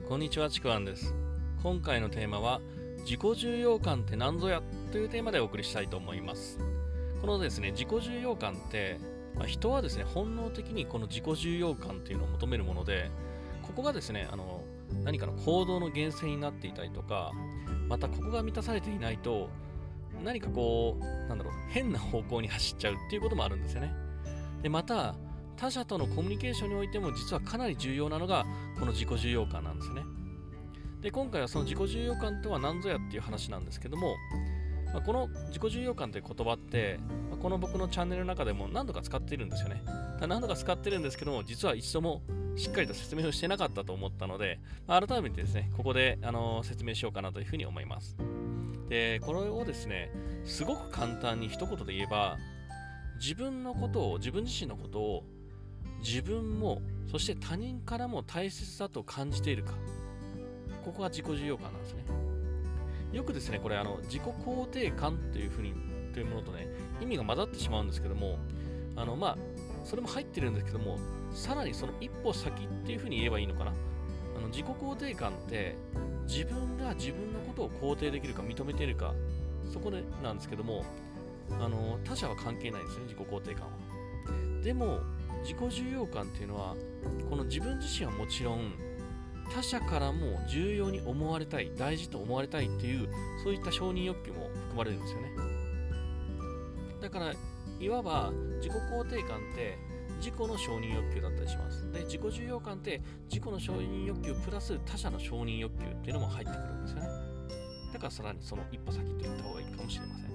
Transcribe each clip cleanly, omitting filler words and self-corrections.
こんにちは、ちくわんです。今回のテーマは自己重要感って何ぞやというテーマでお送りしたいと思います。このですね、自己重要感って、人はですね、本能的にこの自己重要感っていうのを求めるもので、ここがですね、何かの行動の源泉になっていたりとか、またここが満たされていないと、何か変な方向に走っちゃうっていうこともあるんですよね。で、また、他者とのコミュニケーションにおいても実はかなり重要なのがこの自己重要感なんですね。で、今回はその自己重要感とは何ぞやっていう話なんですけども、この自己重要感という言葉って、この僕のチャンネルの中でも何度か使っているんですよね。何度か使ってるんですけども、実は一度もしっかりと説明をしてなかったと思ったので、改めてですね、ここで説明しようかなというふうに思います。で、これをですね、すごく簡単に一言で言えば、自分自身のことを自分もそして他人からも大切だと感じているか、ここが自己重要感なんですね。よくですね、これ自己肯定感というものとね、意味が混ざってしまうんですけども、それも入ってるんですけども、さらにその一歩先っていうふうに言えばいいのかな。自己肯定感って自分が自分のことを肯定できるか認めているか、そこでなんですけども、他者は関係ないんですね、自己肯定感は。でも自己重要感っていうのは、この自分自身はもちろん他者からも重要に思われたい、大事と思われたいっていう、そういった承認欲求も含まれるんですよね。だからいわば自己肯定感って自己の承認欲求だったりします。で、自己重要感って自己の承認欲求プラス他者の承認欲求っていうのも入ってくるんですよね。だからさらにその一歩先と言った方がいいかもしれません。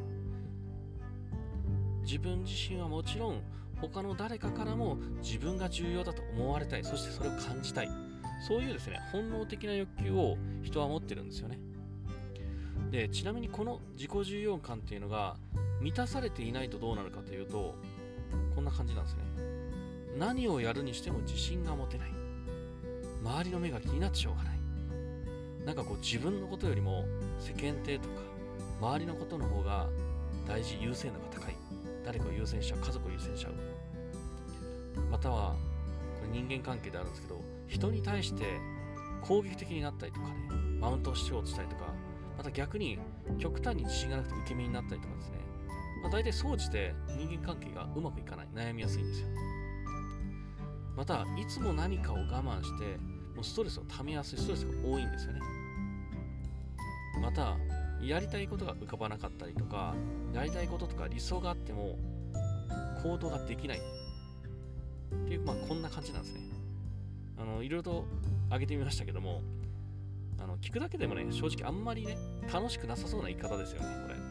自分自身はもちろん他の誰かからも自分が重要だと思われたい、そしてそれを感じたい、そういうですね、本能的な欲求を人は持ってるんですよね。で、ちなみにこの自己重要感っていうのが満たされていないとどうなるかというと、こんな感じなんですね。何をやるにしても自信が持てない、周りの目が気になってしょうがない、自分のことよりも世間体とか周りのことの方が大事、優先度が高い、誰かを優先しちゃう、家族を優先しちゃう、またはこれ人間関係であるんですけど、人に対して攻撃的になったりとかね、マウントをしようとしたりとか、また逆に極端に自信がなくて受け身になったりとかですね、大体総じて人間関係がうまくいかない、悩みやすいんですよ。またいつも何かを我慢してもうストレスを溜めやすい、ストレスが多いんですよね。またやりたいことが浮かばなかったりとか、やりたいこととか理想があっても行動ができないっていう、こんな感じなんですね。いろいろと挙げてみましたけども、聞くだけでもね、正直あんまりね、楽しくなさそうな言い方ですよね、これって。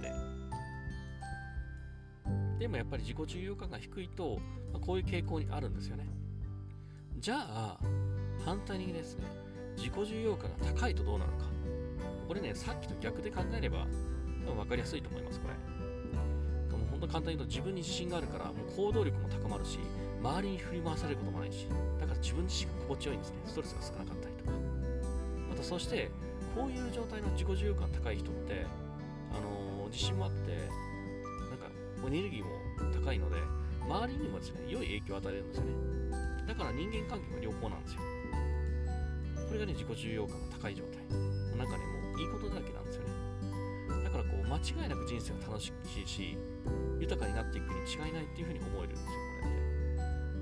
でもやっぱり自己重要感が低いと、こういう傾向にあるんですよね。じゃあ反対にですね、自己重要感が高いとどうなのか。これね、さっきと逆で考えれば分かりやすいと思います。これもう本当簡単に言うと、自分に自信があるからもう行動力も高まるし、周りに振り回されることもないし、だから自分自身が心地よいんですね。ストレスが少なかったりとか、またそしてこういう状態の自己重要感高い人って、自信もあってエネルギーも高いので、周りにもですね、良い影響を与えるんですよね。だから人間関係も良好なんですよ。これがね、自己重要感が高い状態。もういいことだらけなんですよね。だから間違いなく人生が楽しいし、豊かになっていくに違いないっていうふうに思えるんですよ、これって。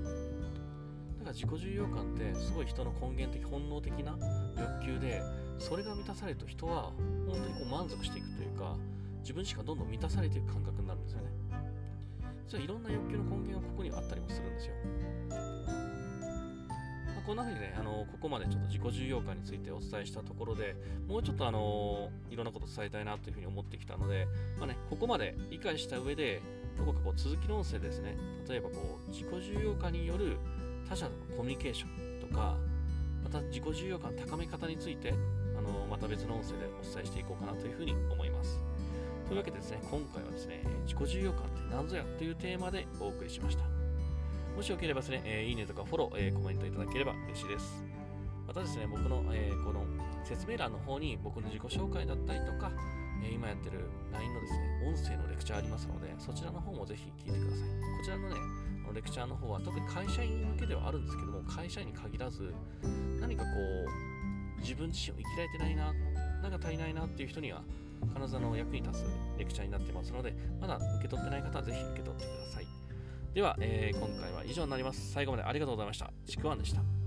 だから自己重要感ってすごい人の根源的、本能的な欲求で、それが満たされると人は本当に満足していくというか、自分しかどんどん満たされていく感覚になるんですよね。実はいろんな欲求の根源はここにあったりもするんですよ。こんな風にね、ここまでちょっと自己重要感についてお伝えしたところで、もうちょっといろんなことを伝えたいなというふうに思ってきたので、ここまで理解した上で、どこか続きの音声ですね、例えば自己重要感による他者とのコミュニケーションとか、また自己重要感の高め方について、また別の音声でお伝えしていこうかなというふうに思います。というわけでですね、今回はですね、自己重要感って何ぞやというテーマでお送りしました。もしよければですね、いいねとかフォロー、コメントいただければ嬉しいです。またですね、僕の、この説明欄の方に僕の自己紹介だったりとか、今やってる LINE のですね、音声のレクチャーありますので、そちらの方もぜひ聞いてください。こちらのね、レクチャーの方は特に会社員向けではあるんですけども、会社員に限らず、何か自分自身を生きられてないな、なんか足りないなっていう人には必ず役に立つレクチャーになってますので、まだ受け取ってない方はぜひ受け取ってください。では、今回は以上になります。最後までありがとうございました。ちくわんでした。